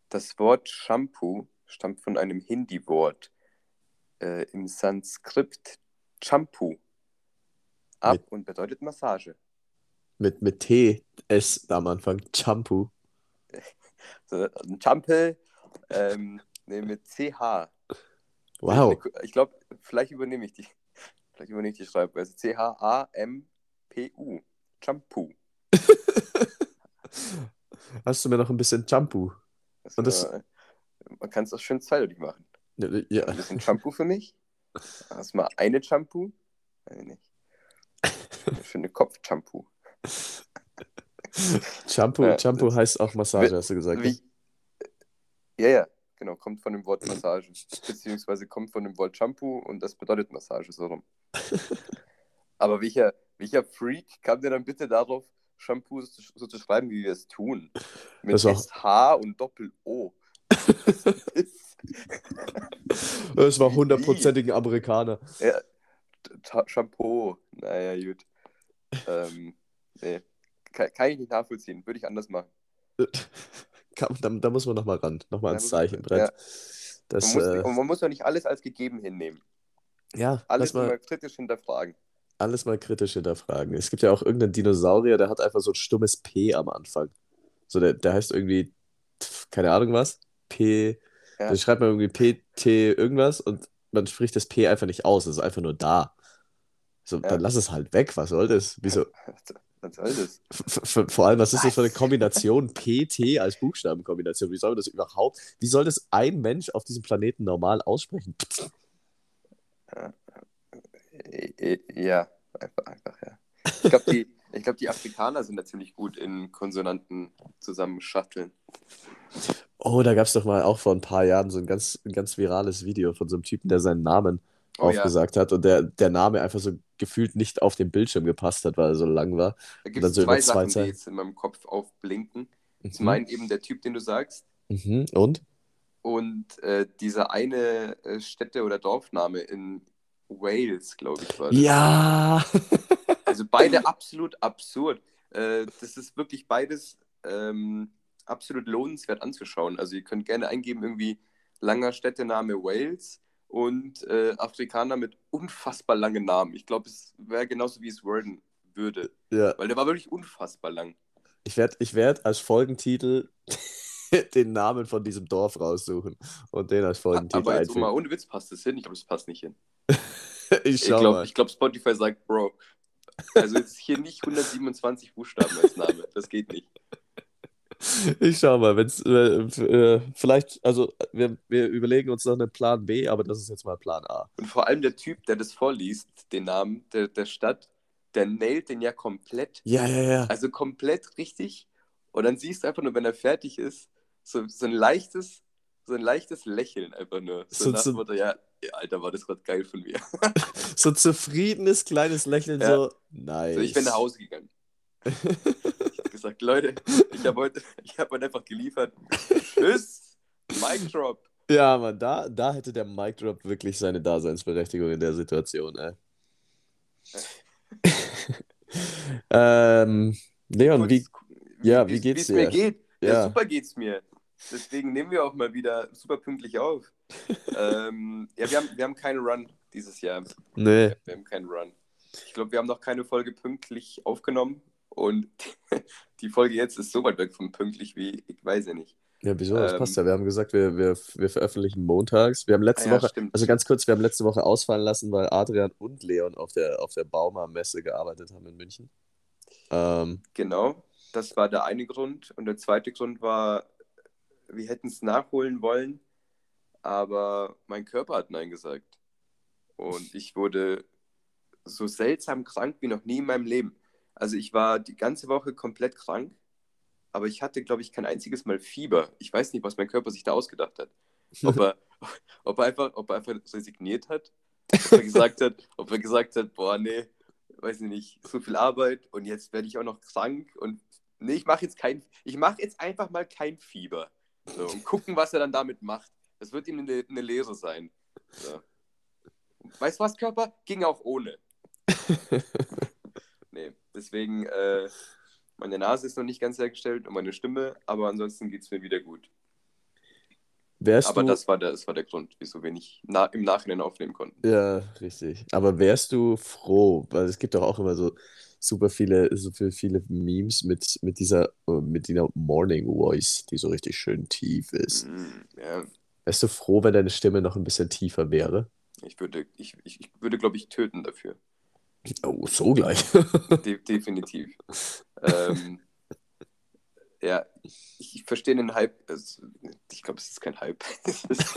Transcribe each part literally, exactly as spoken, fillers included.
Das Wort Shampoo stammt von einem Hindi-Wort äh, im Sanskrit Champu ab Mit, und bedeutet Massage. mit, mit T, S am Anfang. Shampoo. So, ein Champel, ähm, nee, mit C H. Sehe ich, eine, Wow. ich glaube, vielleicht übernehme ich die. Vielleicht übernehme ich die Schreibweise. C H A M P U. Shampoo. Hast du mir noch ein bisschen Shampoo? Das, Und das, äh, man kann es auch schön zweideutig machen. ja, Ein bisschen Shampoo für mich. Hast du mal eine Shampoo? Weiß ich nicht. Eine schöne Kopf-Shampoo. Shampoo, Ja, Shampoo das, heißt auch Massage, hast du gesagt, ne? wie, ja, ja, genau, kommt von dem Wort Massage. Beziehungsweise kommt von dem Wort Shampoo und das bedeutet Massage, so rum. Aber welcher, welcher Freak kam denn dann bitte darauf, Shampoo so, so zu schreiben, wie wir es tun? Mit Das war, S H und Doppel-O. Was ist das war Wie? wie? hundertprozentigen Amerikaner. Ja, T- Shampoo. Naja, gut. Ähm, nee. Kann, kann ich nicht nachvollziehen. Würde ich anders machen. Kann, da, da muss man nochmal ran, nochmal Da ans muss man, Zeichenbrett. ja, man Das, muss, äh, und man muss doch nicht alles als gegeben hinnehmen. ja, lass Alles mal immer kritisch hinterfragen. alles mal kritisch hinterfragen. Es gibt ja auch irgendeinen Dinosaurier, der hat einfach so ein stummes P am Anfang. So, der, der heißt irgendwie, pf, keine Ahnung was, P, dann Ja, schreibt man irgendwie P, T irgendwas und man spricht das P einfach nicht aus, es ist einfach nur da. So, dann ja. lass es halt weg, was soll das? Wieso? Was soll das? F f vor allem, was ist das für eine Was? Kombination? P, T als Buchstabenkombination. Wie soll man das überhaupt, wie soll das ein Mensch auf diesem Planeten normal aussprechen? Ja, äh, ja, einfach, einfach, ja. Ich glaube, die, ich glaub, die Afrikaner sind da ziemlich gut in Konsonanten zusammenschachteln. Oh, da gab es doch mal auch vor ein paar Jahren so ein ganz, ein ganz virales Video von so einem Typen, der seinen Namen Oh ja, aufgesagt hat und der, der Name einfach so gefühlt nicht auf den Bildschirm gepasst hat, weil er so lang war. da Und gibt dann es so über zwei zwei Sachen, die Zeilen. jetzt in meinem Kopf aufblinken. Zum Mhm, einen eben der Typ, den du sagst, mhm, und? und äh, dieser eine äh, Städte- oder Dorfname in Wales, glaube ich, war das. Ja! Also beide absolut absurd. Äh, das ist wirklich beides ähm, absolut lohnenswert anzuschauen. Also ihr könnt gerne eingeben, irgendwie langer Städtename Wales und äh, Afrikaner mit unfassbar langen Namen. Ich glaube, es wäre genauso, wie es worden würde. Ja, Weil der war wirklich unfassbar lang. ich werde ich werd als Folgentitel den Namen von diesem Dorf raussuchen und den als Ha, Folgentitel aber jetzt mal einfügen. ohne Witz, passt das hin? Ich glaube, es passt nicht hin. Ich Ich schau glaube, mal. ich glaub, Spotify sagt, Bro, also jetzt hier nicht hundertsiebenundzwanzig Buchstaben als Name. Das geht nicht. Ich schau mal, wenn's, äh, äh, vielleicht, also wir, wir überlegen uns noch einen Plan B, aber das ist jetzt mal Plan A. Und vor allem der Typ, der das vorliest, den Namen der, der Stadt, der nailt den ja komplett. Ja, ja, ja. Also komplett richtig. Und dann siehst du einfach nur, wenn er fertig ist, so, so ein leichtes, so ein leichtes Lächeln einfach nur. So So, nach dem so, Motto, ja, ja, Alter, war das gerade geil von mir. so ein zufriedenes kleines Lächeln, Ja, so so ich bin nach nice. Hause gegangen. Ich habe gesagt, Leute, ich habe heute, ich habe heute einfach geliefert. Tschüss, Mic Drop. Ja, Mann, da, da hätte der Mic Drop wirklich seine Daseinsberechtigung in der Situation, ey. Ähm, Leon, wie, Kurz, ja, wie wie wie geht's es mir dir? geht. Ja, Ja, super geht's mir. Deswegen nehmen wir auch mal wieder super pünktlich auf. Ähm, ja, wir haben, wir haben keinen Run dieses Jahr. nee. Wir, wir haben keinen Run. Ich glaube, wir haben noch keine Folge pünktlich aufgenommen und die Folge jetzt ist so weit weg von pünktlich wie, ich weiß ja nicht. Ja, wieso? Das passt Ähm, ja. Wir haben gesagt, wir, wir, wir veröffentlichen montags. Wir haben ah letzte ja, Woche, stimmt. also ganz kurz, wir haben letzte Woche ausfallen lassen, weil Adrian und Leon auf der, auf der Bauma-Messe gearbeitet haben in München. Ähm, Genau, das war der eine Grund. Und der zweite Grund war, wir hätten es nachholen wollen, aber mein Körper hat Nein gesagt. Und ich wurde so seltsam krank wie noch nie in meinem Leben. Also ich war die ganze Woche komplett krank, aber ich hatte, glaube ich, kein einziges Mal Fieber. Ich weiß nicht, was mein Körper sich da ausgedacht hat. Ob er, ob er einfach, ob er einfach resigniert hat, ob er gesagt hat, ob er gesagt hat, boah, nee, weiß ich nicht, so viel Arbeit und jetzt werde ich auch noch krank und nee, ich mache jetzt kein, ich mache jetzt einfach mal kein Fieber. So, und gucken, was er dann damit macht. Das wird ihm eine, eine Lehre sein. So. Weißt du was, Körper? Ging auch ohne. Nee, deswegen, äh, meine Nase ist noch nicht ganz hergestellt und meine Stimme, aber ansonsten geht es mir wieder gut. Wärst Aber du, das war der, das war der Grund, wieso wir nicht na, im Nachhinein aufnehmen konnten. ja, richtig, aber wärst du froh, weil es gibt doch auch immer so super viele, so viel- viele Memes mit, mit dieser, äh, mit dieser Morning Voice, die so richtig schön tief ist. Mm, ja, Wärst du froh, wenn deine Stimme noch ein bisschen tiefer wäre? ich würde, ich, ich, ich würde, glaube ich, töten dafür. Oh, so gleich. De definitiv. Ähm, ja, ich, ich verstehe den Hype. Es, ich glaube, es ist kein Hype. Es ist,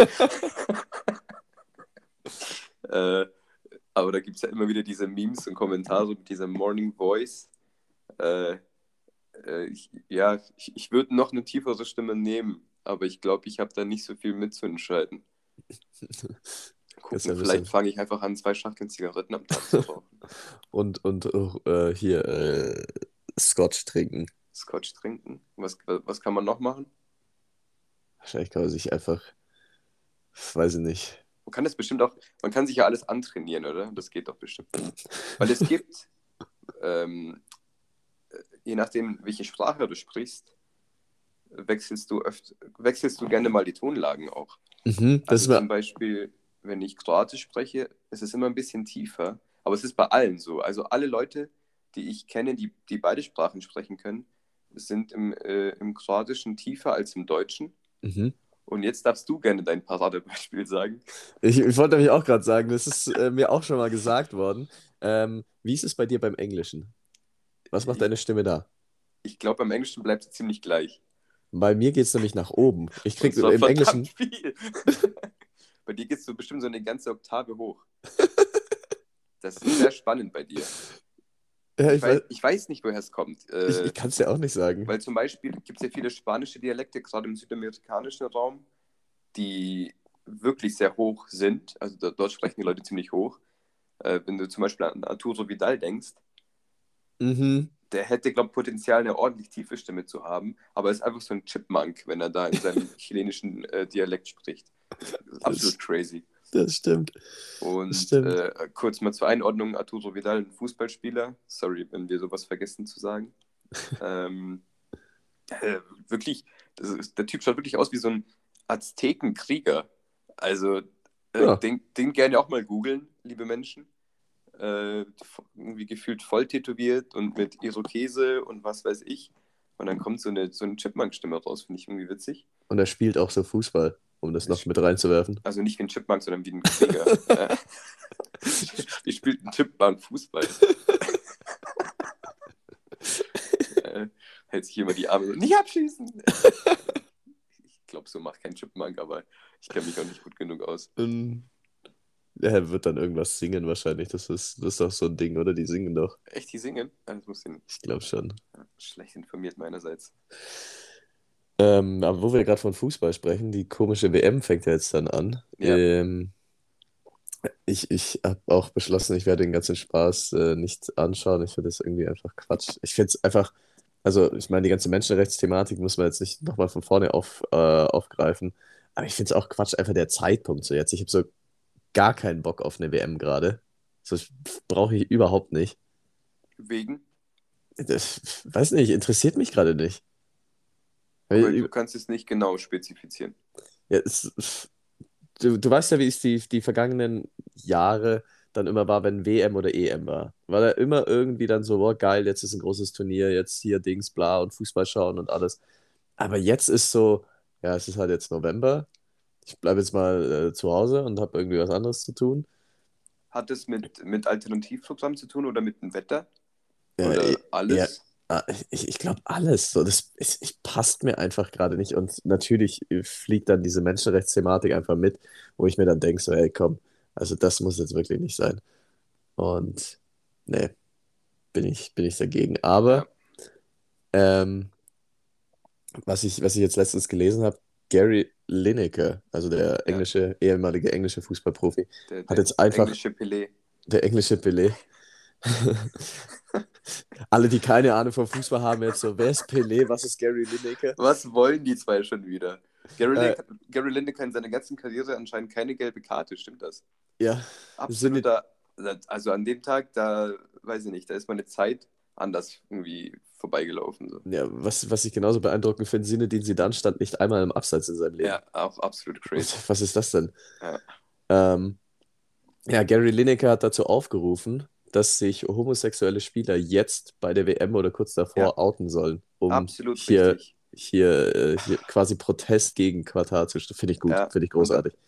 äh, aber da gibt es ja immer wieder diese Memes und Kommentare mit dieser Morning Voice. Äh, äh, ich, ja, ich, ich würde noch eine tiefere Stimme nehmen, aber ich glaube, ich habe da nicht so viel mitzuentscheiden. Kannst ja Gucken, ein vielleicht bisschen. fange ich einfach an, zwei Schachteln Zigaretten am Tag zu rauchen. Und, und äh, hier, äh, Scotch trinken. Scotch trinken. Was, was kann man noch machen? Wahrscheinlich kann man sich einfach, weiß ich nicht. Man kann das bestimmt auch, man kann sich ja alles antrainieren, oder? Das geht doch bestimmt. Weil es gibt, ähm, je nachdem, welche Sprache du sprichst, wechselst du öfter, wechselst du gerne mal die Tonlagen auch. Mhm, das Also ist zum mir. Beispiel, wenn ich Kroatisch spreche, ist es immer ein bisschen tiefer, aber es ist bei allen so. Also alle Leute, die ich kenne, die, die beide Sprachen sprechen können, sind im, äh, im Kroatischen tiefer als im Deutschen. Mhm. Und jetzt darfst du gerne dein Paradebeispiel sagen. Ich, ich wollte nämlich auch gerade sagen, das ist äh, mir auch schon mal gesagt worden. Ähm, wie ist es bei dir beim Englischen? Was macht Ich, deine Stimme da? ich glaube, beim Englischen bleibt sie ziemlich gleich. Bei mir geht es nämlich nach oben. Ich Und krieg zwar im verdammt Englischen. viel. Bei dir gehst du bestimmt so eine ganze Oktave hoch. Das ist sehr spannend bei dir. Ja, Ich ich weiß, weiß, ich weiß nicht, woher es kommt. ich, Äh, ich kann es dir auch nicht sagen. weil zum Beispiel gibt es ja viele spanische Dialekte, gerade im südamerikanischen Raum, die wirklich sehr hoch sind. Also da, dort sprechen die Leute ziemlich hoch. Äh, wenn du zum Beispiel an Arturo Vidal denkst, Mhm. der hätte, glaube ich, Potenzial, eine ordentlich tiefe Stimme zu haben, aber er ist einfach so ein Chipmunk, wenn er da in seinem chilenischen äh, Dialekt spricht. Das ist absolut Das, crazy. das stimmt. Das Und stimmt. äh, kurz mal zur Einordnung: Arturo Vidal, ein Fußballspieler. Sorry, wenn wir sowas vergessen zu sagen. Ähm, äh, wirklich, das ist, der Typ schaut wirklich aus wie so ein Aztekenkrieger. Also, äh, Ja. den, den gerne auch mal googeln, liebe Menschen. Äh, irgendwie gefühlt voll tätowiert und mit Irokese und was weiß ich. Und dann kommt so eine, so eine Chipmunk-Stimme raus, finde ich irgendwie witzig. Und er spielt auch so Fußball, um das noch mit reinzuwerfen. Also nicht wie ein Chipmunk, sondern wie ein Krieger. Äh, Ihr spielt ein Chipmunk Fußball. äh, hält sich immer die Arme so, nicht abschießen! Ich glaube, so macht kein Chipmunk, aber ich kenne mich auch nicht gut genug aus. Und er wird dann irgendwas singen wahrscheinlich. Das ist, das ist doch so ein Ding, oder? Die singen doch. Echt, die singen? Ah, das muss ich Ich glaube schon. schlecht informiert meinerseits. Ähm, aber wo wir gerade von Fußball sprechen, die komische W M fängt ja jetzt dann an. Ja, Ähm, ich ich habe auch beschlossen, ich werde den ganzen Spaß äh, nicht anschauen. Ich finde das irgendwie einfach Quatsch. Ich finde es einfach, also ich meine, die ganze Menschenrechtsthematik muss man jetzt nicht nochmal von vorne auf, äh, aufgreifen. Aber ich finde es auch Quatsch, einfach der Zeitpunkt so jetzt. Ich habe so gar keinen Bock auf eine W M gerade. Das brauche ich überhaupt nicht. wegen. Das, weiß nicht, interessiert mich gerade nicht. Aber du Weil, kannst es nicht genau spezifizieren. ja, es, du, du weißt ja, wie es die, die vergangenen Jahre dann immer war, wenn W M oder E M war. War da immer irgendwie dann so, boah, geil, jetzt ist ein großes Turnier, jetzt hier Dings, bla und Fußball schauen und alles. Aber jetzt ist so, ja, es ist halt jetzt November. Ich bleibe jetzt mal äh, zu Hause und habe irgendwie was anderes zu tun. Hat es mit, mit Alternativprogramm zu tun oder mit dem Wetter? Ja, Oder eh- eher, alles? ah, ich, ich glaube alles. So, das es, es passt mir einfach gerade nicht. Und natürlich äh, fliegt dann diese Menschenrechtsthematik einfach mit, wo ich mir dann denke, so, ey, komm, also das muss jetzt wirklich nicht sein. Und nee, bin ich, bin ich dagegen. Ja, Aber ähm, was ich, was ich jetzt letztens gelesen habe, Gary Lineker, also der ja. englische, ehemalige englische Fußballprofi, Der, hat der jetzt einfach, englische Pelé. der englische Pelé, alle, die keine Ahnung vom Fußball haben, jetzt so, wer ist Pelé, was ist Gary Lineker? Was wollen die zwei schon wieder? Gary, Äh, Lineker, Gary Lineker in seiner ganzen Karriere anscheinend keine gelbe Karte, stimmt das? ja, sind die, Absoluter, also an dem Tag, da weiß ich nicht, da ist meine Zeit anders irgendwie vorbeigelaufen. So. Ja, was, was ich genauso beeindruckend finde, Zinedine Zidane stand nicht einmal im Abseits in seinem Leben. Ja, auch absolut crazy. Was, was ist das denn? Ja. Ähm, ja, Gary Lineker hat dazu aufgerufen, dass sich homosexuelle Spieler jetzt bei der W M oder kurz davor Ja. outen sollen, um Absolut hier, richtig. hier, äh, hier quasi Protest gegen Katar zu stellen. Finde ich gut, Ja. finde ich Und dann, großartig.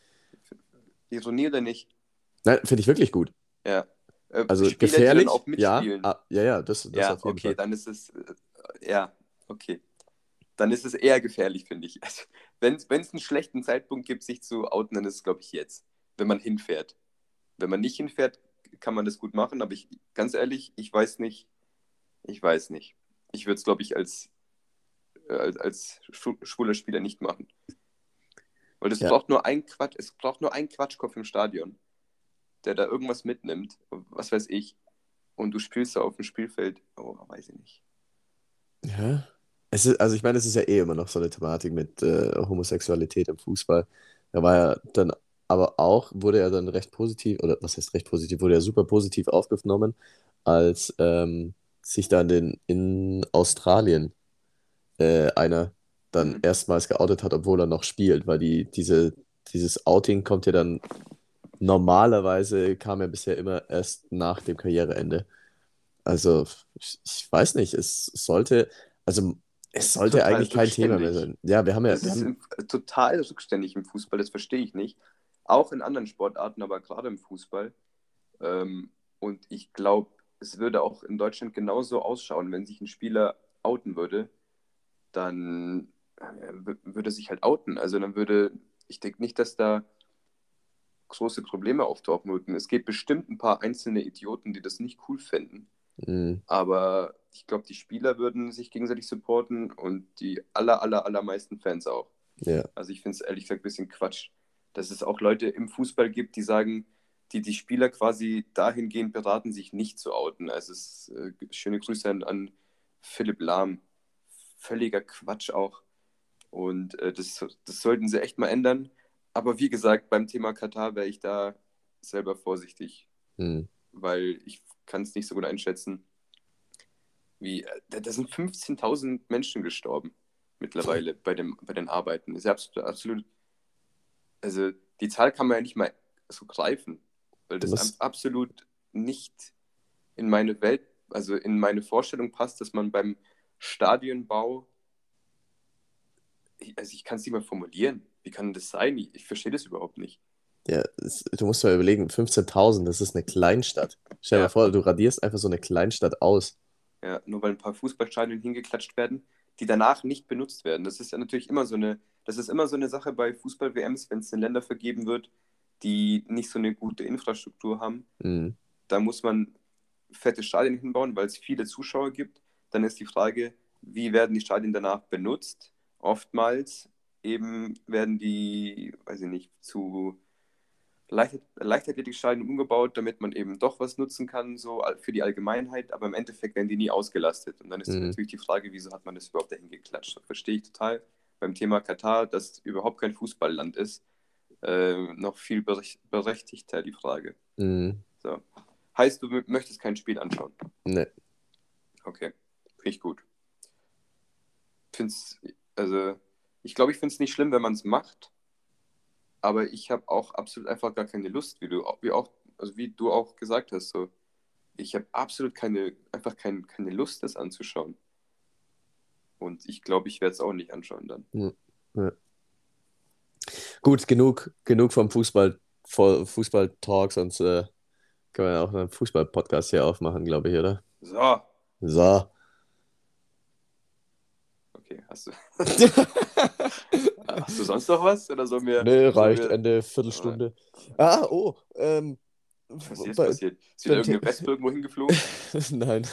Ironie oder nicht? Nein, finde ich wirklich gut. Ja. Äh, Also Spieler, die dann auch gefährlich, ja, mitspielen. ah, ja, ja, das, das Ja, auf jeden okay, Fall. dann ist es, äh, ja, okay. Dann ist es eher gefährlich, finde ich. Also, wenn es einen schlechten Zeitpunkt gibt, sich zu outen, dann ist es, glaube ich, jetzt, wenn man hinfährt. Wenn man nicht hinfährt, kann man das gut machen, aber ich, ganz ehrlich, ich weiß nicht, ich weiß nicht. Ich würde es, glaube ich, als, äh, als, als schwu- schwuler Spieler nicht machen. Weil es Ja, braucht nur ein Quatsch, es braucht nur einen Quatschkopf im Stadion, der da irgendwas mitnimmt, was weiß ich, und du spielst da auf dem Spielfeld, oh, weiß ich nicht. ja. Es ist, also ich meine, es ist ja eh immer noch so eine Thematik mit äh, Homosexualität im Fußball. Da war ja dann aber auch, wurde er dann recht positiv, oder was heißt recht positiv, wurde er super positiv aufgenommen, als ähm, sich dann in, in Australien äh, einer dann Mhm. erstmals geoutet hat, obwohl er noch spielt, weil die, diese, dieses Outing kommt ja dann normalerweise, kam ja bisher immer erst nach dem Karriereende. Also, ich, ich weiß nicht, es sollte, also es Es ist sollte total eigentlich kein Thema mehr rückständig. sein. Ja, wir haben ja, Es wir ist haben, im, total rückständig im Fußball, das verstehe ich nicht. Auch in anderen Sportarten, aber gerade im Fußball. Ähm, und ich glaube, es würde auch in Deutschland genauso ausschauen, wenn sich ein Spieler outen würde, dann äh, w- würde er sich halt outen. Also dann würde, ich denke nicht, dass da große Probleme auftauchen würden. Es gibt bestimmt ein paar einzelne Idioten, die das nicht cool fänden. mh, Aber ich glaube, die Spieler würden sich gegenseitig supporten und die aller, aller, allermeisten Fans auch. ja, Also ich finde es ehrlich gesagt ein bisschen Quatsch, dass es auch Leute im Fußball gibt, die sagen, die die Spieler quasi dahingehend beraten, sich nicht zu outen. Also es ist, äh, schöne Grüße an, an Philipp Lahm. Völliger Quatsch auch. Und äh, das, das sollten sie echt mal ändern. Aber wie gesagt, beim Thema Katar wäre ich da selber vorsichtig, mh, weil ich kann es nicht so gut einschätzen. Wie, äh, da, da sind fünfzehntausend Menschen gestorben mittlerweile bei, dem, bei den Arbeiten. Das ist ja absolut, absolut, also die Zahl kann man ja nicht mal so greifen, weil du das ab- musst, absolut nicht in meine Welt, also in meine Vorstellung passt, dass man beim Stadionbau, ich- also ich kann es nicht mal formulieren. Wie kann das sein? Ich, ich verstehe das überhaupt nicht. ja, es, du musst mal überlegen, fünfzehntausend, das ist eine Kleinstadt. Stell dir mal Ja, vor, du radierst einfach so eine Kleinstadt aus. ja, nur weil ein paar Fußballstadien hingeklatscht werden, die danach nicht benutzt werden. Das ist ja natürlich immer so eine, das ist immer so eine Sache bei Fußball-W Ms, wenn es in Länder vergeben wird, die nicht so eine gute Infrastruktur haben. Mh, Da muss man fette Stadien hinbauen, weil es viele Zuschauer gibt. Dann ist die Frage, wie werden die Stadien danach benutzt? Oftmals eben werden die, weiß ich nicht, zu Leicht Leichtathletikstadien umgebaut, damit man eben doch was nutzen kann, so all- für die Allgemeinheit, aber im Endeffekt werden die nie ausgelastet. Und dann ist mh, natürlich die Frage, wieso hat man das überhaupt dahin geklatscht? Das verstehe ich total. Beim Thema Katar, das überhaupt kein Fußballland ist, äh, noch viel berech- berechtigter die Frage. mh, So. Heißt, du mö- möchtest kein Spiel anschauen? ne, Okay, finde ich gut. Find's, also, ich glaube, ich finde es nicht schlimm, wenn man es macht, aber ich habe auch absolut einfach gar keine Lust, wie du, wie auch, also wie du auch gesagt hast, so. Ich habe absolut keine, einfach kein, keine Lust, das anzuschauen. Und ich glaube, ich werde es auch nicht anschauen dann. mh, ja. Gut, genug, genug vom Fußball, Vo- Fußball-Talk, sonst äh, können wir ja auch einen Fußball-Podcast hier aufmachen, glaube ich, oder? So, So. okay, hast du, hast du sonst noch was? Oder sollen wir, Nee, sollen reicht, wir, Ende, äh, Viertelstunde. Ah, oh, ähm, was ist jetzt bei, passiert? Ist wieder beim The irgendeine Wespe irgendwo hingeflogen? Nein.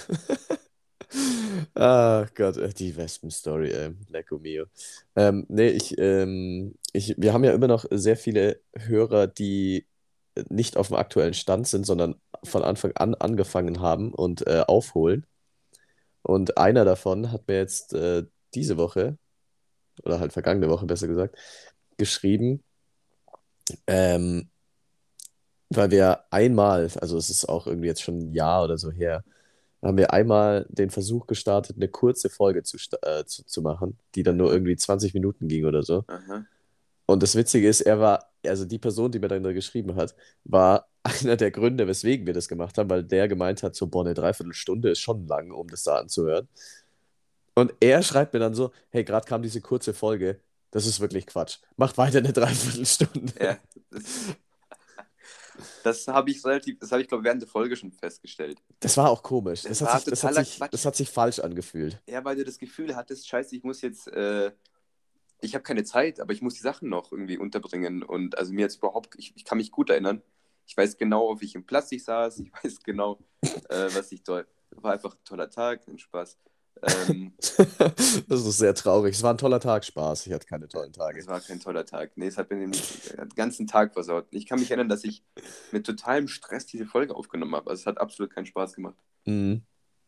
Ah Gott, äh, die Wespen-Story, ey. Lecco mio. Ähm, nee, ich, ähm, ich, wir haben ja immer noch sehr viele Hörer, die nicht auf dem aktuellen Stand sind, sondern von Anfang an angefangen haben und äh, aufholen. Und einer davon hat mir jetzt äh, diese Woche, oder halt vergangene Woche besser gesagt, geschrieben, ähm, weil wir einmal, also es ist auch irgendwie jetzt schon ein Jahr oder so her, haben wir einmal den Versuch gestartet, eine kurze Folge zu, sta- äh, zu, zu machen, die dann nur Aha, irgendwie zwanzig Minuten ging oder so. aha. Und das Witzige ist, er war, also die Person, die mir dann da geschrieben hat, war einer der Gründe, weswegen wir das gemacht haben, weil der gemeint hat, so, boah, eine Dreiviertelstunde ist schon lang, um das da anzuhören. Und er schreibt mir dann so, hey, gerade kam diese kurze Folge, das ist wirklich Quatsch. Macht weiter eine Dreiviertelstunde. Ja, das, das habe ich relativ, das habe ich, glaube während der Folge schon festgestellt. Das war auch komisch. Das Das hat war sich, das hat totaler sich, Quatsch. das hat sich falsch angefühlt. Ja, weil du das Gefühl hattest, scheiße, ich muss jetzt, äh, ich habe keine Zeit, aber ich muss die Sachen noch irgendwie unterbringen. Und also mir jetzt überhaupt, ich, ich kann mich gut erinnern. Ich weiß genau, auf welchem Platz ich saß. Ich weiß genau, äh, was ich dort. War einfach ein toller Tag, ein Spaß. Ähm, Das ist sehr traurig. Es war ein toller Tag, Spaß. Ich hatte keine tollen Es Tage. war kein toller Tag. Nee, es hat mir den, den ganzen Tag versaut. Ich kann mich erinnern, dass ich mit totalem Stress diese Folge aufgenommen habe. Also es hat absolut keinen Spaß gemacht. Mhm.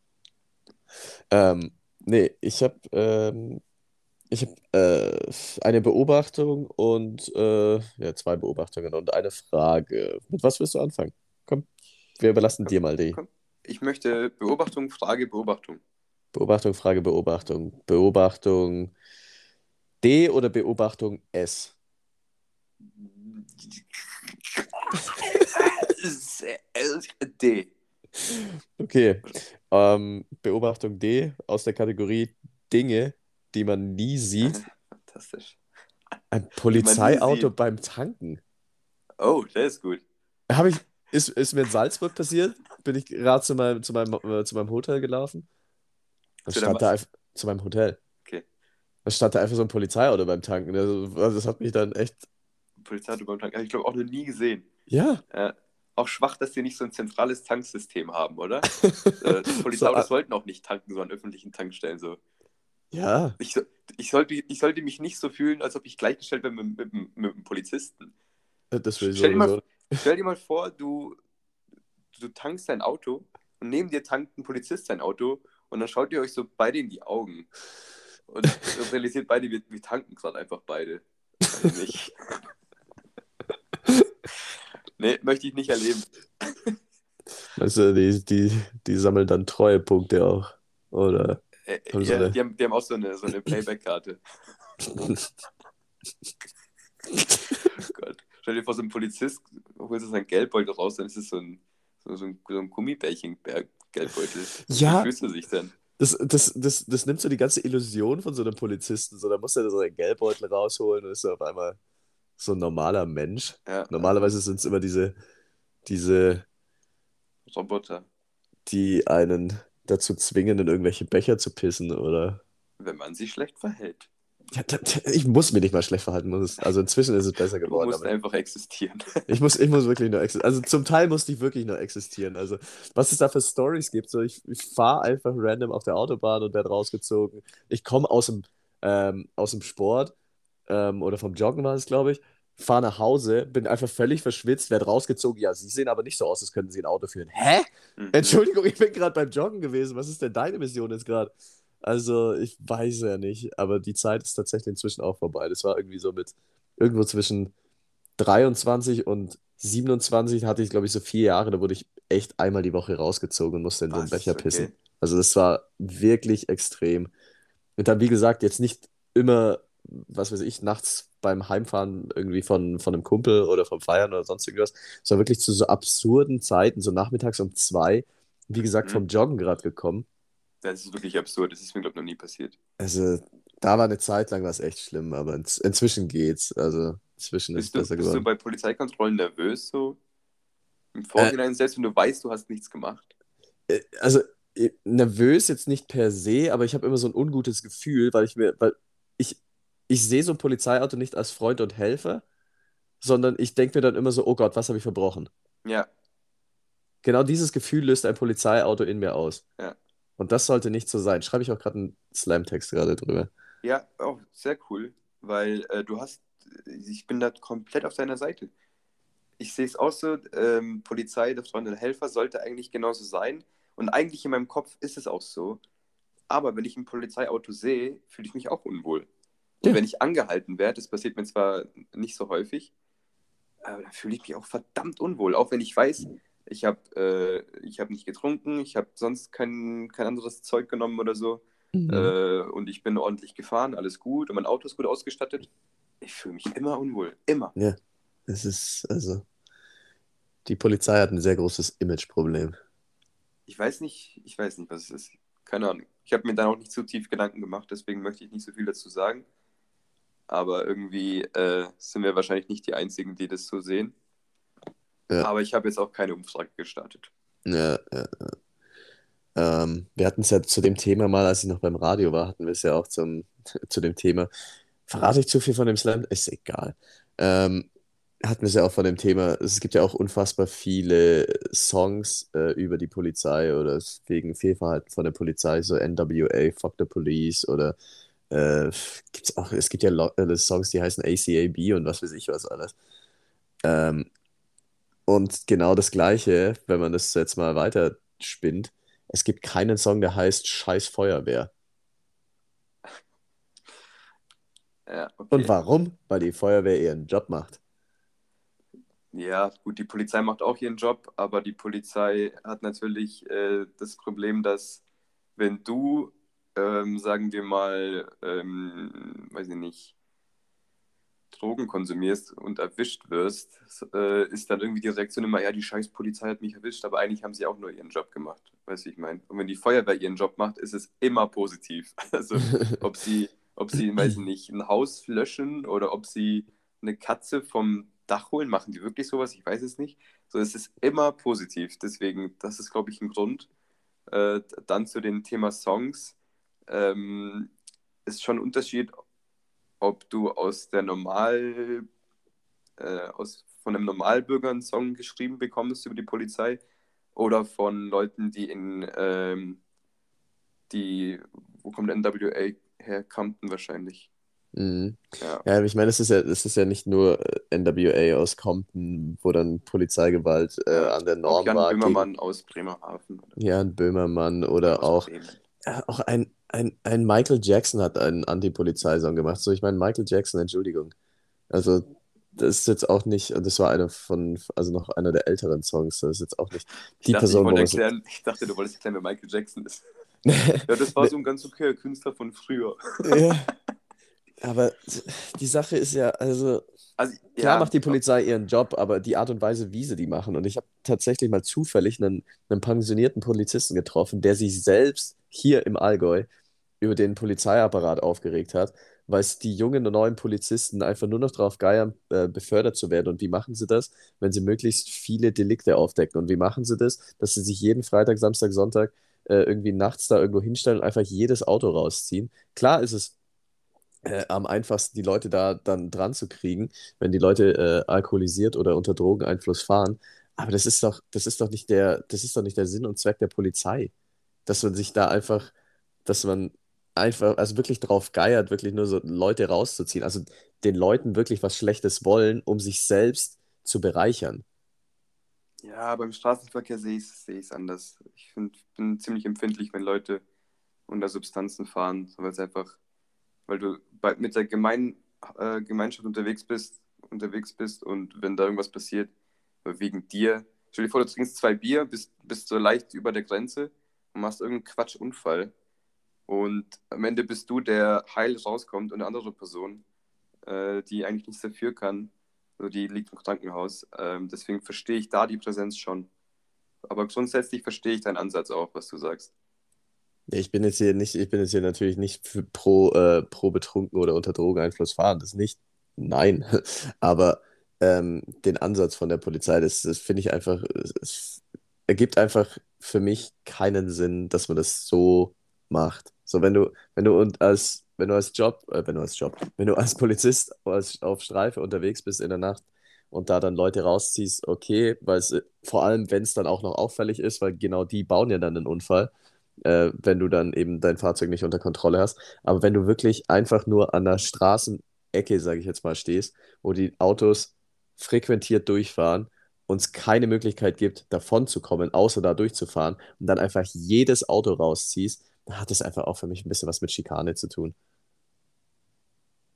Ähm, nee, ich habe ähm, ich hab, äh, eine Beobachtung und äh, ja, zwei Beobachtungen und eine Frage. Mit was willst du anfangen? Komm, wir überlassen Komm, dir mal die komm. Ich möchte Beobachtung, Frage, Beobachtung. Beobachtung, Frage, Beobachtung. Beobachtung D oder Beobachtung S? D. Okay. Ähm, Beobachtung D aus der Kategorie Dinge, die man nie sieht. Fantastisch. Ein Die man nie Polizeiauto sieht. beim Tanken. Oh, der ist gut. Habe ich, ist, ist mir in Salzburg passiert. Bin ich gerade zu meinem, zu meinem, äh, zu meinem Hotel gelaufen. Dann Zu deinem stand da was? einfach, zu meinem Hotel. Okay. Da stand da einfach so ein Polizeiauto beim Tanken. Also, also das hat mich dann echt. Polizei beim Tank. Habe ich glaube auch noch nie gesehen. Ja. Äh, auch schwach, dass die nicht so ein zentrales Tanksystem haben, oder? Äh, So, Polizeiautos ah, sollten auch nicht tanken, so an öffentlichen Tankstellen. So. ja, Ich, so- ich, sollte, ich sollte mich nicht so fühlen, als ob ich gleichgestellt bin mit, mit, mit, mit einem Polizisten. das will ich Stell dir mal, sowieso. stell dir mal vor, du, du tankst dein Auto und neben dir tankt ein Polizist sein Auto und dann schaut ihr euch so beide in die Augen und realisiert beide, wir, wir tanken gerade einfach beide. Weiß ich nicht. Nee, möchte ich nicht erleben. Weißt du, die, die, die sammeln dann Treuepunkte auch. Oder Äh, haben so ja, eine. die haben, die haben auch so eine, so eine Payback-Karte. Oh Gott. Stell dir vor, so ein Polizist holt so sein Geldbeutel raus, dann ist es so ein, so, so ein, so ein Gummibärchen-Geldbeutel. Wie Ja, fühlst du dich denn? das, das, das, das nimmt so die ganze Illusion von so einem Polizisten. So, da muss er so einen Geldbeutel rausholen und ist so auf einmal so ein normaler Mensch. Ja, aha. Normalerweise sind es immer diese, diese, Roboter. die einen dazu zwingen, in irgendwelche Becher zu pissen, oder? Wenn man sich schlecht verhält. Ja, da- da- ich muss mich nicht mal schlecht verhalten. Muss es, also inzwischen ist es besser Du geworden, musst aber einfach existieren. ich muss, ich muss wirklich nur existieren. Also zum Teil musste ich wirklich nur existieren. Also was es da für Stories gibt, so ich, ich fahre einfach random auf der Autobahn und werde rausgezogen. Ich komme aus dem, ähm, aus dem Sport ähm, oder vom Joggen war es, glaube ich. Fahre nach Hause, bin einfach völlig verschwitzt, werde rausgezogen. Ja, Sie sehen aber nicht so aus, als könnten Sie ein Auto führen. Hä? Mhm. Entschuldigung, ich bin gerade beim Joggen gewesen. Was ist denn deine Mission jetzt gerade? Also, ich weiß ja nicht, aber die Zeit ist tatsächlich inzwischen auch vorbei. Das war irgendwie so mit irgendwo zwischen dreiundzwanzig und siebenundzwanzig hatte ich, glaube ich, so vier Jahre, da wurde ich echt einmal die Woche rausgezogen und musste in so einen Becher Was? pissen. Okay. Also das war wirklich extrem. Und dann, wie gesagt, jetzt nicht immer, was weiß ich, nachts beim Heimfahren irgendwie von, von einem Kumpel oder vom Feiern oder sonst irgendwas, sondern wirklich zu so absurden Zeiten, so nachmittags um zwei, wie gesagt, Mhm. vom Joggen gerade gekommen. Das ist wirklich absurd. Das ist mir, glaube ich, noch nie passiert. Also da war eine Zeit lang was echt schlimm, aber in, inzwischen geht's. Also inzwischen ist es Bist du, besser bist du geworden. bei Polizeikontrollen nervös so? Im Äh, Vorhinein, selbst wenn du weißt, du hast nichts gemacht? äh, also äh, nervös jetzt nicht per se, aber ich habe immer so ein ungutes Gefühl, weil ich mir, weil ich, ich sehe so ein Polizeiauto nicht als Freund und Helfer, sondern ich denke mir dann immer so, oh Gott, was habe ich verbrochen? Ja, Genau dieses Gefühl löst ein Polizeiauto in mir aus. ja. Und das sollte nicht so sein. Schreibe ich auch gerade einen Slam-Text gerade drüber. Ja, auch sehr cool, weil äh, du hast, ich bin da komplett auf deiner Seite. Ich sehe es auch so, ähm, Polizei, der Freund und Helfer sollte eigentlich genauso sein. Und eigentlich in meinem Kopf ist es auch so. Aber wenn ich ein Polizeiauto sehe, fühle ich mich auch unwohl. Und Ja, wenn ich angehalten werde, das passiert mir zwar nicht so häufig, aber da fühle ich mich auch verdammt unwohl. Auch wenn ich weiß, Ich habe äh, ich hab nicht getrunken, ich habe sonst kein, kein anderes Zeug genommen oder so. Mhm. Äh, und ich bin ordentlich gefahren, alles gut. Und mein Auto ist gut ausgestattet. Ich fühle mich immer unwohl. Immer. Ja, es ist, also, die Polizei hat ein sehr großes Imageproblem. Ich weiß nicht, ich weiß nicht, was es ist. Keine Ahnung. Ich habe mir dann auch nicht zu tief Gedanken gemacht, deswegen möchte ich nicht so viel dazu sagen. Aber irgendwie äh, sind wir wahrscheinlich nicht die Einzigen, die das so sehen. Ja, Aber ich habe jetzt auch keine Umfrage gestartet. ja, ja. Ähm, wir hatten es ja zu dem Thema mal, als ich noch beim Radio war, hatten wir es ja auch zum, zu dem Thema. Verrate ich zu viel von dem Slam? Ist egal. Ähm, hatten wir es ja auch von dem Thema. Es gibt ja auch unfassbar viele Songs äh, über die Polizei oder wegen Fehlverhalten von der Polizei, so N W A, Fuck the Police oder äh, gibt's auch, es gibt ja Lo äh, Songs, die heißen A C A B und was weiß ich was alles. Ähm, und genau das Gleiche, wenn man das jetzt mal weiter spinnt, es gibt keinen Song, der heißt Scheiß Feuerwehr. Ja, Und okay. warum? Weil die Feuerwehr ihren Job macht. Ja, gut, die Polizei macht auch ihren Job, aber die Polizei hat natürlich äh, das Problem, dass wenn du, ähm, sagen wir mal, ähm, weiß ich nicht, Drogen konsumierst und erwischt wirst, äh, ist dann irgendwie die Reaktion immer, ja, die scheiß Polizei hat mich erwischt, aber eigentlich haben sie auch nur ihren Job gemacht. Weißt du, wie ich meine? Und wenn die Feuerwehr ihren Job macht, ist es immer positiv. Also, ob sie, ob sie, weiß ich nicht, ein Haus löschen oder ob sie eine Katze vom Dach holen, machen die wirklich sowas? Ich weiß es nicht. So, es ist immer positiv. Deswegen, das ist, glaube ich, ein Grund. Äh, dann zu dem Thema Songs. Ähm, ist schon ein Unterschied, ob du aus der Normal, äh, aus, von einem Normalbürger einen Song geschrieben bekommst über die Polizei oder von Leuten, die in, ähm, die, wo kommt N W A her? Compton wahrscheinlich. Mhm. Ja. Ja, ich meine, es ist ja, es ist ja nicht nur äh, N W A aus Compton, wo dann Polizeigewalt äh, Ja. an der Auch Norm Jan war, gegen Böhmermann aus Bremerhaven oder, Jan Böhmermann oder oder aus auch, Bremen. ja, auch ein, ein, ein Michael Jackson hat einen Anti-Polizei-Song gemacht. So, ich meine, Michael Jackson, Entschuldigung. Also, das ist jetzt auch nicht, das war einer von, also noch einer der älteren Songs. Das ist jetzt auch nicht Ich die dachte, ich Person, wo wollte man so. erklären, ich dachte, du wolltest erklären, wer Michael Jackson ist. Ja, das war Ne, so ein ganz okayer Künstler von früher. ja, aber die Sache ist ja, also. Also, Klar ja, macht die Polizei ihren Job, aber die Art und Weise, wie sie die machen. Und ich habe tatsächlich mal zufällig einen, einen pensionierten Polizisten getroffen, der sich selbst hier im Allgäu über den Polizeiapparat aufgeregt hat, weil es die jungen und neuen Polizisten einfach nur noch darauf geiern, äh, befördert zu werden. Und wie machen sie das? Wenn sie möglichst viele Delikte aufdecken. Und wie machen sie das? Dass sie sich jeden Freitag, Samstag, Sonntag äh, irgendwie nachts da irgendwo hinstellen und einfach jedes Auto rausziehen. Klar ist es äh, am einfachsten, die Leute da dann dran zu kriegen, wenn die Leute äh, alkoholisiert oder unter Drogeneinfluss fahren. Aber das ist doch, das ist doch nicht der, das ist doch nicht der Sinn und Zweck der Polizei, dass man sich da einfach, dass man einfach, also wirklich drauf geiert, wirklich nur so Leute rauszuziehen, also den Leuten wirklich was Schlechtes wollen, um sich selbst zu bereichern. ja, beim Straßenverkehr sehe ich es sehe ich's anders. Ich find, bin ziemlich empfindlich, wenn Leute unter Substanzen fahren, so weil es einfach, weil du bei, mit der Gemein, äh, Gemeinschaft unterwegs bist, unterwegs bist und wenn da irgendwas passiert, wegen dir, stell dir vor, du trinkst zwei Bier, bist, bist so leicht über der Grenze und machst irgendeinen Quatschunfall und am Ende bist du, der heil rauskommt und eine andere Person, äh, die eigentlich nichts dafür kann, also die liegt im Krankenhaus. Ähm, deswegen verstehe ich da die Präsenz schon. Aber grundsätzlich verstehe ich deinen Ansatz auch, was du sagst. Ja, Ich bin jetzt hier nicht, ich bin jetzt hier natürlich nicht für pro, äh, pro betrunken oder unter Drogeneinfluss fahren, das nicht. Nein. Aber ähm, den Ansatz von der Polizei, das, das finde ich einfach, es, es ergibt einfach für mich keinen Sinn, dass man das so macht. So, wenn du, wenn du und als, wenn du als Job, äh, wenn du als Job, wenn du als Polizist als, auf Streife unterwegs bist in der Nacht und da dann Leute rausziehst, okay, weil es, äh, vor allem, wenn es dann auch noch auffällig ist, weil genau die bauen ja dann einen Unfall äh, wenn du dann eben dein Fahrzeug nicht unter Kontrolle hast. Aber wenn du wirklich einfach nur an der Straßenecke, sage ich jetzt mal, stehst, wo die Autos frequentiert durchfahren und es keine Möglichkeit gibt, davon zu kommen, außer da durchzufahren und dann einfach jedes Auto rausziehst, dann hat es einfach auch für mich ein bisschen was mit Schikane zu tun.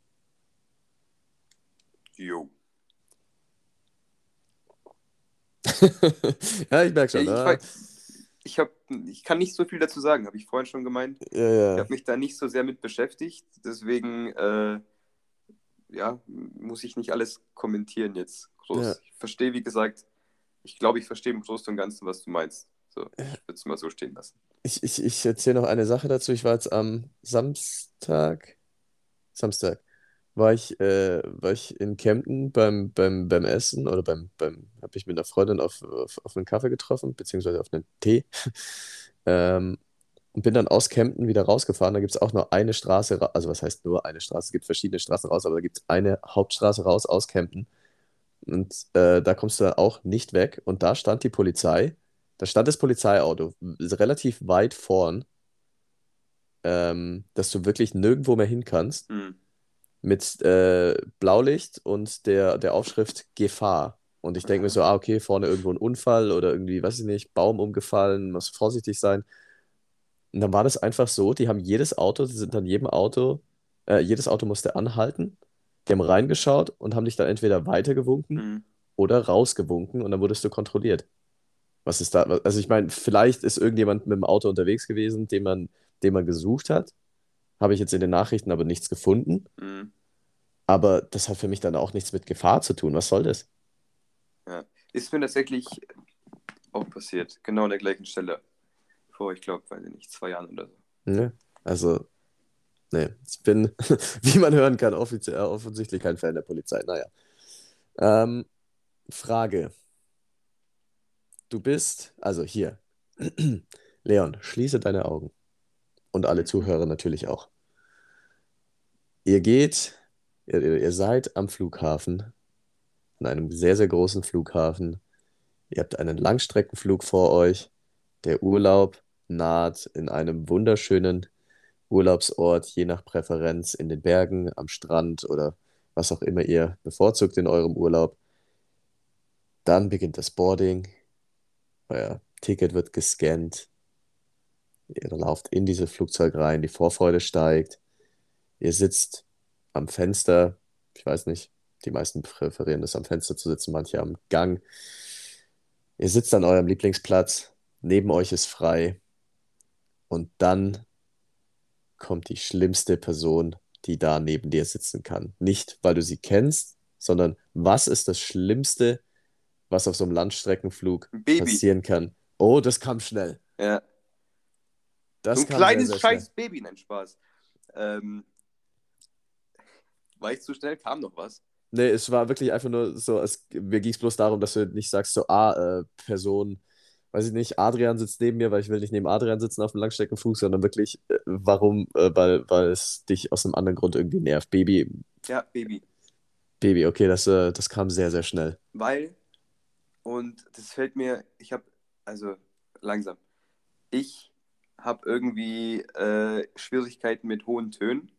Jo. Ja, ich merke Ja, schon. ich, Ah, weiß- ich, hab, ich kann nicht so viel dazu sagen, habe ich vorhin schon gemeint. ja, Ich ja, habe mich da nicht so sehr mit beschäftigt, deswegen äh, ja, muss ich nicht alles kommentieren jetzt ja. groß. Ich verstehe, wie gesagt, ich glaube, ich verstehe im Großen und Ganzen, was du meinst. So, ich würde es mal so stehen lassen. Ich, ich, ich erzähle noch eine Sache dazu. Ich war jetzt am Samstag, Samstag, war ich, äh, war ich in Kempten beim, beim, beim Essen oder beim, beim, habe ich mit einer Freundin auf, auf, auf einen Kaffee getroffen, beziehungsweise auf einen Tee. Ähm, und bin dann aus Kempten wieder rausgefahren. Da gibt es auch nur eine Straße, ra- also was heißt nur eine Straße? Es gibt verschiedene Straßen raus, aber da gibt es eine Hauptstraße raus aus Kempten. Und äh, da kommst du dann auch nicht weg. Und da stand die Polizei, da stand das Polizeiauto relativ weit vorn, ähm, dass du wirklich nirgendwo mehr hin kannst, Hm. mit äh, Blaulicht und der, der Aufschrift Gefahr. Und ich denke mir Aha. so, ah, okay, vorne irgendwo ein Unfall oder irgendwie, weiß ich nicht, Baum umgefallen, muss vorsichtig sein. Und dann war das einfach so, die haben jedes Auto, die sind an jedem Auto, äh, jedes Auto musste anhalten. Die haben reingeschaut und haben dich dann entweder weitergewunken Hm. oder rausgewunken und dann wurdest du kontrolliert. Was ist da? Also ich meine, vielleicht ist irgendjemand mit dem Auto unterwegs gewesen, den man, den man gesucht hat. Habe ich jetzt in den Nachrichten aber nichts gefunden. Hm. Aber das hat für mich dann auch nichts mit Gefahr zu tun. Was soll das? Ja. Ist mir tatsächlich auch passiert, genau an der gleichen Stelle. Vor, ich glaube, weiß ich nicht, zwei Jahren oder so. Ne? Also, nee, ich bin, wie man hören kann, offizie- äh, offensichtlich kein Fan der Polizei. Naja. Ähm, Frage. Du bist, also hier, Leon, schließe deine Augen und alle Mhm. Zuhörer natürlich auch. Ihr geht, ihr, ihr seid am Flughafen, an einem sehr, sehr großen Flughafen. Ihr habt einen Langstreckenflug vor euch. Der Urlaub naht in einem wunderschönen Urlaubsort, je nach Präferenz in den Bergen, am Strand oder was auch immer ihr bevorzugt in eurem Urlaub. Dann beginnt das Boarding. Euer Ticket wird gescannt. Ihr lauft in dieses Flugzeug rein. Die Vorfreude steigt. Ihr sitzt am Fenster. Ich weiß nicht, die meisten präferieren es, am Fenster zu sitzen, manche am Gang. Ihr sitzt an eurem Lieblingsplatz. Neben euch ist frei. Und dann kommt die schlimmste Person, die da neben dir sitzen kann. Nicht, weil du sie kennst, sondern was ist das Schlimmste, was auf so einem Landstreckenflug Ein Baby. passieren kann? Oh, das kam schnell. Ja. So Das ein kam sehr, kleines sehr schnell. scheiß Baby, nein, Spaß. Ähm, war ich zu schnell? Kam noch was? Nee, es war wirklich einfach nur so, es, mir ging es bloß darum, dass du nicht sagst, so, ah, äh, Person, weiß ich nicht, Adrian sitzt neben mir, weil ich will nicht neben Adrian sitzen auf dem Langstreckenflug, sondern wirklich, äh, warum, äh, weil, weil es dich aus einem anderen Grund irgendwie nervt. Baby, Ja, Baby. Baby, okay, das, äh, das kam sehr, sehr schnell. Weil, und das fällt mir, ich habe, also langsam, ich habe irgendwie äh, Schwierigkeiten mit hohen Tönen.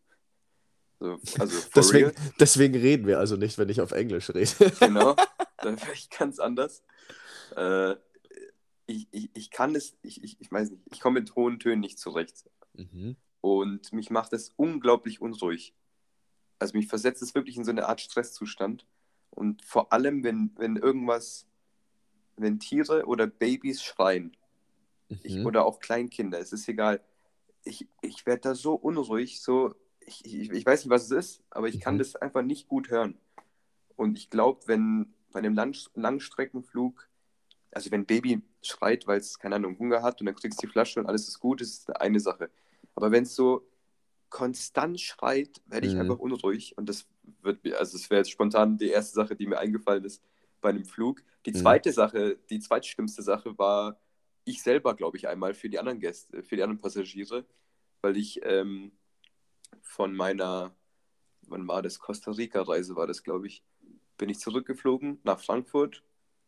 So, also for Deswegen, real. deswegen reden wir also nicht, wenn ich auf Englisch rede. Genau. Da wäre ich ganz anders. Äh, ich, ich, ich kann es, ich, ich, ich weiß nicht, ich komme mit hohen Tönen nicht zurecht. Mhm. Und mich macht das unglaublich unruhig. Also mich versetzt es wirklich in so eine Art Stresszustand. Und vor allem, wenn, wenn irgendwas, wenn Tiere oder Babys schreien, ich, Mhm. oder auch Kleinkinder, es ist egal. Ich, ich werde da so unruhig, so, ich, ich, ich weiß nicht, was es ist, aber ich kann Mhm. das einfach nicht gut hören. Und ich glaube, wenn bei einem Lang Langstreckenflug, also wenn ein Baby schreit, weil es, keine Ahnung, Hunger hat und dann kriegst du die Flasche und alles ist gut, ist eine Sache. Aber wenn es so konstant schreit, werde ich einfach Mhm. unruhig. Und das wird mir, also das wäre jetzt spontan die erste Sache, die mir eingefallen ist bei einem Flug. Die Mhm. zweite Sache, die zweitschlimmste Sache war ich selber, glaube ich, einmal für die anderen Gäste, für die anderen Passagiere, weil ich ähm, von meiner, wann war das, Costa Rica-Reise war das, glaube ich, bin ich zurückgeflogen nach Frankfurt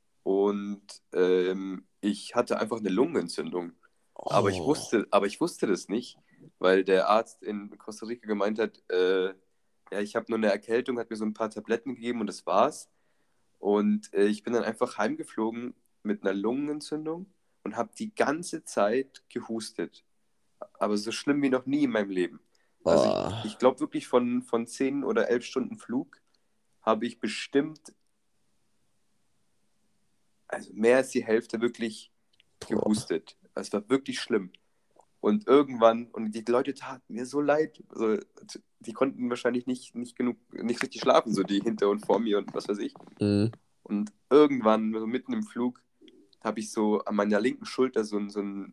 und ähm, ich hatte einfach eine Lungenentzündung. Aber ich Oh. wusste, aber ich wusste das nicht, weil der Arzt in Costa Rica gemeint hat, äh, ja, ich habe nur eine Erkältung, hat mir so ein paar Tabletten gegeben und das war's. Und äh, ich bin dann einfach heimgeflogen mit einer Lungenentzündung und habe die ganze Zeit gehustet. Aber so schlimm wie noch nie in meinem Leben. Also ich, Oh. ich glaube wirklich von, von zehn oder elf Stunden Flug habe ich bestimmt also mehr als die Hälfte wirklich gehustet. Es war wirklich schlimm. Und irgendwann, und die Leute taten mir so leid, also, die konnten wahrscheinlich nicht, nicht genug, nicht richtig schlafen, so die hinter und vor mir und was weiß ich. Mhm. Und irgendwann, so mitten im Flug, habe ich so an meiner linken Schulter so ein, so ein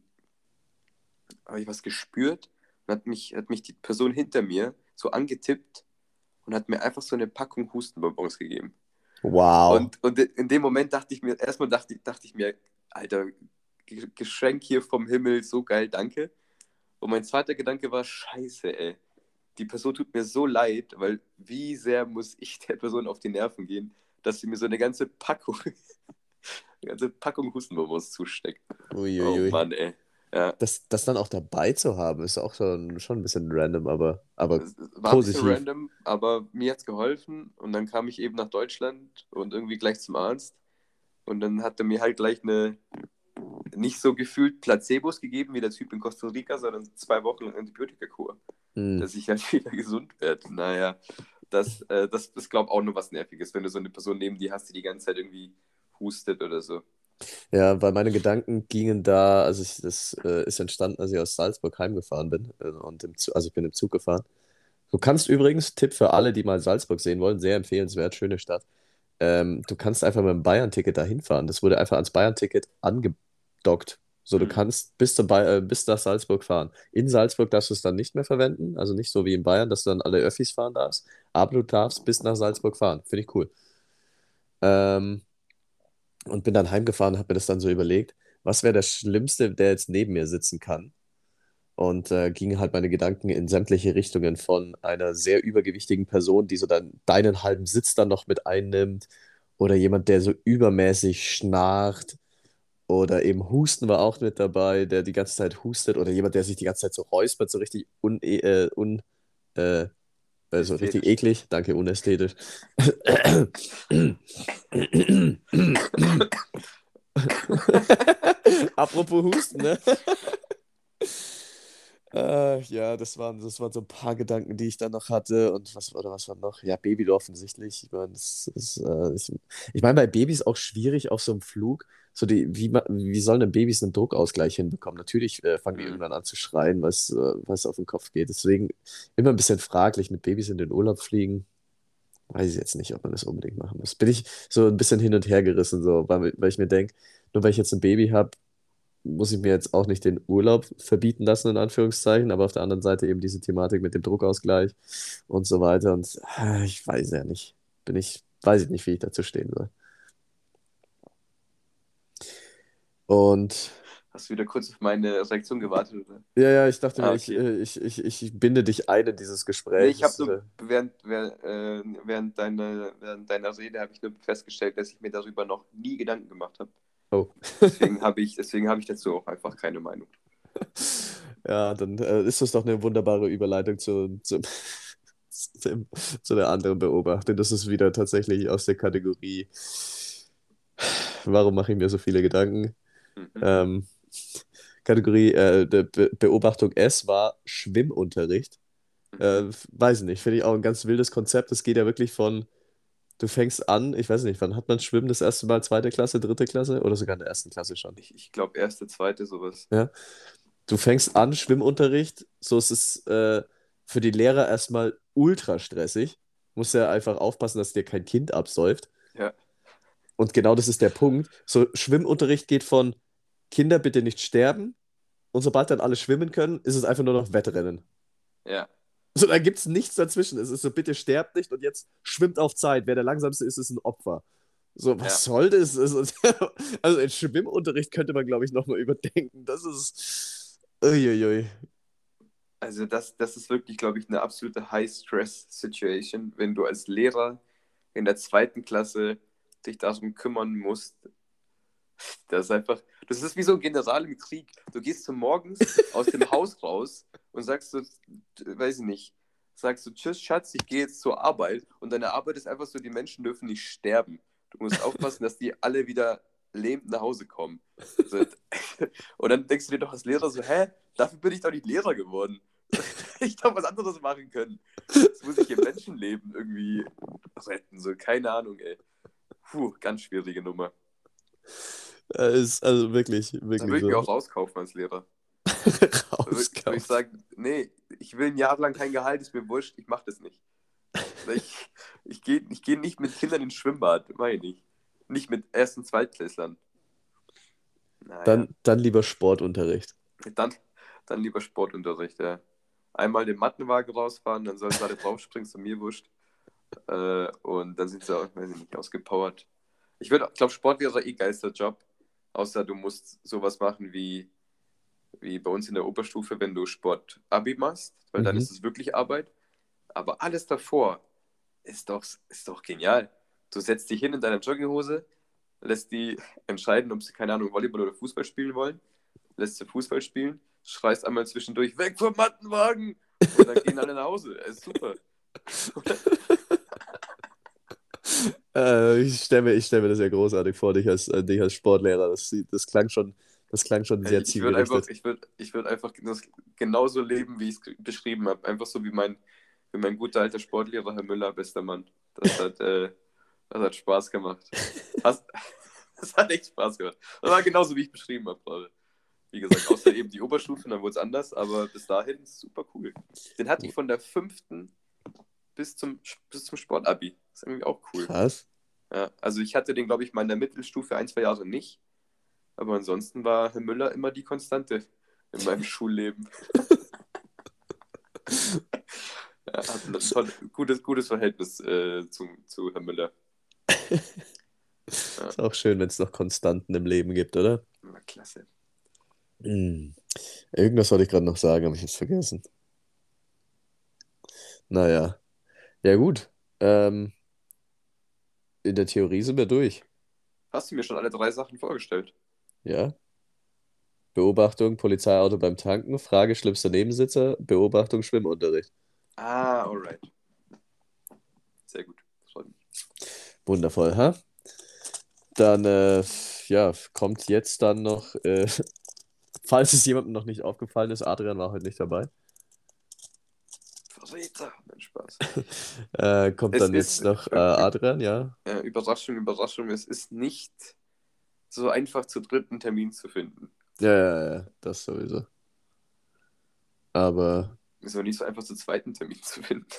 habe ich was gespürt und hat mich, hat mich die Person hinter mir so angetippt und hat mir einfach so eine Packung Hustenbonbons gegeben. Wow. Und, und in dem Moment dachte ich mir, erstmal dachte, dachte ich mir, Alter, Geschenk hier vom Himmel, so geil, danke. Und mein zweiter Gedanke war, scheiße, ey. Die Person tut mir so leid, weil wie sehr muss ich der Person auf die Nerven gehen, dass sie mir so eine ganze Packung, eine ganze Packung Hustenbonbons zusteckt. Uiuiui. Oh Mann, ey. Ja. Das, das dann auch dabei zu haben, ist auch schon, schon ein bisschen random, aber, aber Es war ein bisschen positiv. random, aber mir hat es geholfen. Und dann kam ich eben nach Deutschland und irgendwie gleich zum Arzt. Und dann hat er mir halt gleich eine, nicht so gefühlt Placebos gegeben wie der Typ in Costa Rica, sondern zwei Wochen lang Antibiotikakur, Hm. dass ich halt wieder gesund werde. Naja, das, äh, das ist, glaube ich, auch nur was Nerviges, wenn du so eine Person neben dir hast, die die ganze Zeit irgendwie hustet oder so. Ja, weil meine Gedanken gingen da, also ich, das äh, ist entstanden, als ich aus Salzburg heimgefahren bin. Äh, und im Zug, also ich bin im Zug gefahren. Du kannst übrigens, Tipp für alle, die mal Salzburg sehen wollen, sehr empfehlenswert, schöne Stadt. Ähm, du kannst einfach mit dem Bayern-Ticket da hinfahren. Das wurde einfach ans Bayern-Ticket angedockt. So, du Hm. kannst bis, zur Bay äh, bis nach Salzburg fahren. In Salzburg darfst du es dann nicht mehr verwenden, also nicht so wie in Bayern, dass du dann alle Öffis fahren darfst, aber du darfst bis nach Salzburg fahren. Finde ich cool. Ähm, und bin dann heimgefahren und habe mir das dann so überlegt, was wäre der Schlimmste, der jetzt neben mir sitzen kann? Und äh, gingen halt meine Gedanken in sämtliche Richtungen von einer sehr übergewichtigen Person, die so dann deinen halben Sitz dann noch mit einnimmt, oder jemand, der so übermäßig schnarcht, oder eben Husten war auch mit dabei, der die ganze Zeit hustet, oder jemand, der sich die ganze Zeit so räuspert, so richtig un, äh, un äh, also richtig Ästhetisch. eklig, danke, unästhetisch. Apropos Husten, ne? Äh, ja, das waren, das waren so ein paar Gedanken, die ich dann noch hatte. Und was, oder was war noch? Ja, Baby offensichtlich. Ich meine, das, das, äh, ich, ich meine, bei Babys auch schwierig auf so einem Flug. So die, wie, ma- wie sollen denn Babys einen Druckausgleich hinbekommen? Natürlich äh, fangen die Hm. irgendwann an zu schreien, was, äh, was auf den Kopf geht. Deswegen immer ein bisschen fraglich, mit Babys in den Urlaub fliegen. Weiß ich jetzt nicht, ob man das unbedingt machen muss. Bin ich so ein bisschen hin und her gerissen, so, weil, weil ich mir denke, nur weil ich jetzt ein Baby habe, muss ich mir jetzt auch nicht den Urlaub verbieten lassen, in Anführungszeichen, aber auf der anderen Seite eben diese Thematik mit dem Druckausgleich und so weiter. Und äh, ich weiß ja nicht. Bin ich, weiß ich nicht, wie ich dazu stehen soll. Und Hast du wieder kurz auf meine Reaktion gewartet, oder? ja, ja, ich dachte mir, Ah, ich, okay. äh, ich, ich, ich binde dich ein in dieses Nee, Gespräch. ich habe Das, nur äh, während, während, äh, während, deiner, während deiner Rede habe ich nur festgestellt, dass ich mir darüber noch nie Gedanken gemacht habe. oh. Deswegen habe ich, deswegen habe ich dazu auch einfach keine Meinung. Ja, dann äh, ist das doch eine wunderbare Überleitung zu, zu, zu, dem, zu der anderen Beobachtung. Das ist wieder tatsächlich aus der Kategorie, warum mache ich mir so viele Gedanken? Mhm. Ähm, Kategorie äh, der Be Beobachtung S war Schwimmunterricht. Äh, Mhm. weiß nicht, finde ich auch ein ganz wildes Konzept. Es geht ja wirklich von, du fängst an, ich weiß nicht, wann hat man Schwimmen das erste Mal? Zweite Klasse, dritte Klasse oder sogar in der ersten Klasse schon? Ich, ich glaube, erste, zweite, sowas. Ja. Du fängst an, Schwimmunterricht, so ist es äh, für die Lehrer erstmal ultra stressig. Musst ja einfach aufpassen, dass dir kein Kind absäuft. Ja, Und genau das ist der Punkt. So, Schwimmunterricht geht von Kinder bitte nicht sterben. Und sobald dann alle schwimmen können, ist es einfach nur noch Wettrennen. ja, So, da gibt es nichts dazwischen. Es ist so, bitte sterbt nicht und jetzt schwimmt auf Zeit. Wer der Langsamste ist, ist ein Opfer. So, was ja. soll das? Also, also in Schwimmunterricht könnte man, glaube ich, nochmal überdenken. Das ist. Uiuiui. Also das, das ist wirklich, glaube ich, eine absolute High-Stress-Situation, wenn du als Lehrer in der zweiten Klasse dich darum kümmern musst. Das ist einfach, das ist wie so ein General im Krieg. Du gehst so morgens aus dem Haus raus und sagst so, weiß ich nicht, sagst so, tschüss Schatz, ich gehe jetzt zur Arbeit. Und deine Arbeit ist einfach so, die Menschen dürfen nicht sterben. Du musst aufpassen, dass die alle wieder lebend nach Hause kommen. So, und dann denkst du dir doch als Lehrer so, hä, dafür bin ich doch nicht Lehrer geworden. Ich doch was anderes machen können. Jetzt muss ich hier Menschenleben irgendwie retten. So, keine Ahnung, ey. Puh, ganz schwierige Nummer. Äh, ist also wirklich, Da wirklich würde ich mich so. auch rauskaufen als Lehrer. Da würde würd ich Rauskaufen. sagen, nee, ich will ein Jahr lang kein Gehalt, ist mir wurscht, ich mache das nicht. Ich, ich gehe ich geh nicht mit Kindern ins Schwimmbad, meine ich nicht. Nicht mit Erst- und Zweitklässlern. Naja, Dann, dann lieber Sportunterricht. dann, dann lieber Sportunterricht, ja. Einmal den Mattenwagen rausfahren, dann sollen sie alle draufspringen, ist mir wurscht. Äh, und dann sind sie auch, weiß ich nicht, ausgepowert. Ich würde, glaube, Sport wäre eh geilster Job. Außer du musst sowas machen wie, wie bei uns in der Oberstufe, wenn du Sport-Abi machst, weil dann Mhm. ist es wirklich Arbeit. Aber alles davor ist doch, ist doch genial. Du setzt dich hin in deiner Jogginghose, lässt die entscheiden, ob sie, keine Ahnung, Volleyball oder Fußball spielen wollen, lässt sie Fußball spielen, schreist einmal zwischendurch, weg vom Mattenwagen! Und dann gehen alle nach Hause. Es ist super. Äh, ich stelle mir, ich stell mir das ja großartig vor, dich als, äh, dich als Sportlehrer. Das, das klang schon, das klang schon sehr Ich, ich würde einfach, zielgerichtet. ich würde, ich würde einfach das genauso leben, wie ich es beschrieben habe. Einfach so wie mein, wie mein guter alter Sportlehrer, Herr Müller, bester Mann. Das hat, äh, das hat Spaß gemacht. Hast, das hat echt Spaß gemacht. Das war genauso, wie ich beschrieben habe gerade. Wie gesagt, außer eben die Oberstufe, dann wurde es anders, aber bis dahin super cool. Den hatte ich von der fünften bis zum, bis zum Sportabi. Das ist irgendwie auch cool. Krass. Ja, also ich hatte den, glaube ich, mal in der Mittelstufe ein, zwei Jahre nicht. Aber ansonsten war Herr Müller immer die Konstante in meinem Schulleben. Er hat ein toll, gutes, gutes Verhältnis äh, zu, zu Herrn Müller. Ja, Ist auch schön, wenn es noch Konstanten im Leben gibt, oder? war klasse. Hm. Irgendwas wollte ich gerade noch sagen, aber ich habe es vergessen. Naja. Ja, gut. Ähm, in der Theorie sind wir durch. Hast du mir schon alle drei Sachen vorgestellt? Ja. Beobachtung, Polizeiauto beim Tanken, Frage, schlimmster Nebensitzer, Beobachtung, Schwimmunterricht. Ah, alright. Sehr gut. Freut mich. Wundervoll, ha? Dann, äh, ja, kommt jetzt dann noch, äh, falls es jemandem noch nicht aufgefallen ist, Adrian war heute nicht dabei, Verräter. Nein, Spaß. äh, kommt Es dann jetzt ist, noch äh, äh, Adrian, ja. äh, Überraschung, Überraschung, es ist nicht so einfach zu dritten Termin zu finden. Ja, ja, ja, das sowieso. Aber Ist aber nicht so einfach zu zweiten Termin zu finden.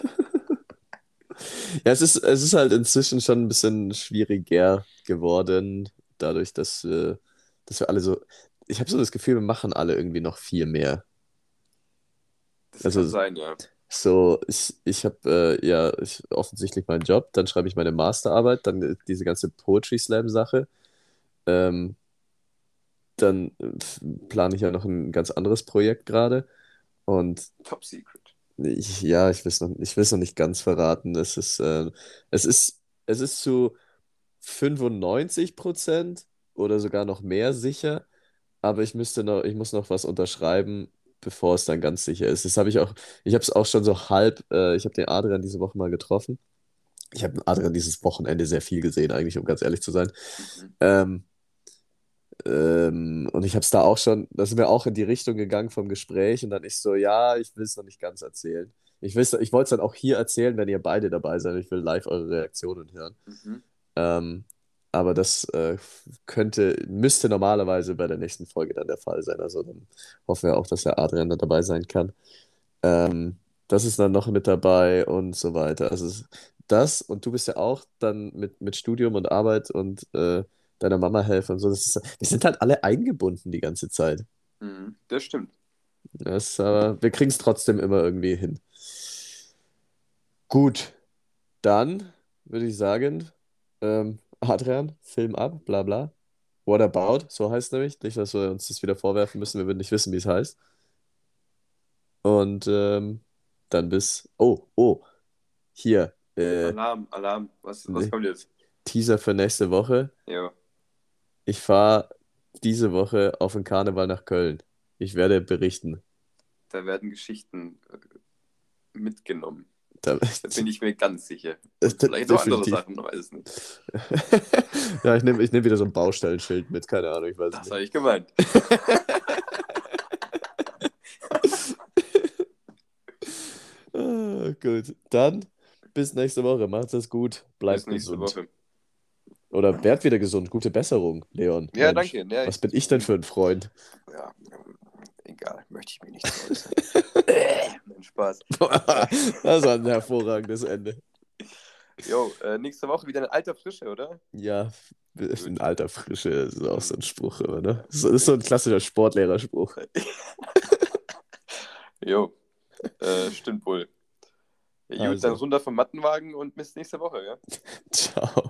ja, es ist, es ist halt inzwischen schon ein bisschen schwieriger geworden, dadurch, dass, äh, dass wir alle so. Ich habe so das Gefühl, wir machen alle irgendwie noch viel mehr. Das kann Also sein, ja. so, ich, ich habe äh, ja ich, offensichtlich meinen Job, dann schreibe ich meine Masterarbeit, dann äh, diese ganze Poetry Slam-Sache. Ähm, dann äh, plane ich ja noch ein ganz anderes Projekt gerade. Und Top Secret. ich, ja, ich will es noch, ich will es noch nicht ganz verraten. Es ist, äh, es ist, es ist zu fünfundneunzig Prozent oder sogar noch mehr sicher, aber ich müsste noch, ich muss noch was unterschreiben, bevor es dann ganz sicher ist. Das habe ich auch, ich habe es auch schon so halb, äh, ich habe den Adrian diese Woche mal getroffen. Ich habe Adrian dieses Wochenende sehr viel gesehen, eigentlich, um ganz ehrlich zu sein. Mhm. Ähm, ähm, und ich habe es da auch schon, da sind wir auch in die Richtung gegangen vom Gespräch und dann ich so, ja, ich will es noch nicht ganz erzählen. Ich, will's- ich wollte es dann auch hier erzählen, wenn ihr beide dabei seid. Ich will live eure Reaktionen hören. Mhm. Ähm, aber das äh, könnte, müsste normalerweise bei der nächsten Folge dann der Fall sein. Also dann hoffen wir auch, dass der Adrian da dabei sein kann. Ähm, Das ist dann noch mit dabei und so weiter. Also es- das und du bist ja auch dann mit, mit Studium und Arbeit und äh, deiner Mama helfen und so. Das ist, wir sind halt alle eingebunden die ganze Zeit. Mhm. Das stimmt. Das, aber wir kriegen es trotzdem immer irgendwie hin. Gut, dann würde ich sagen, ähm, Adrian, Film ab, bla bla. What About, so heißt es nämlich. Nicht, dass wir uns das wieder vorwerfen müssen, wir würden nicht wissen, wie es heißt. Und ähm, dann bis. Oh, oh, hier. Äh, Alarm, Alarm. Was, was ne, kommt jetzt? Teaser für nächste Woche. Ja, Ich fahre diese Woche auf den Karneval nach Köln. Ich werde berichten. da werden Geschichten äh, mitgenommen. Da, Da bin ich mir ganz sicher. Und vielleicht noch andere definitiv. Sachen, man weiß es nicht. Ja, ich nehme ich nehm wieder so ein Baustellenschild mit, keine Ahnung, ich weiß es Das nicht. habe ich gemeint. Ah, gut, dann bis nächste Woche. Macht's es gut, Bis bleibt nächste gesund. Woche. Oder werd wieder gesund. Gute Besserung, Leon. Ja, Mensch. danke. Ja, Was ich, bin ich ich denn bin, für ein Freund? ja, ähm, egal, möchte ich mich nicht zu äußern. Nein, Spaß. Äh, Das war ein hervorragendes Ende. Jo, äh, nächste Woche wieder in alter Frische, oder? Ja, in Gut. alter Frische ist auch so Hm, ein Spruch immer, ne? Das ist so ein klassischer Sportlehrerspruch. Jo, äh, stimmt wohl. Ja, gut, dann Also, runter vom Mattenwagen und bis nächste Woche, ja? ciao.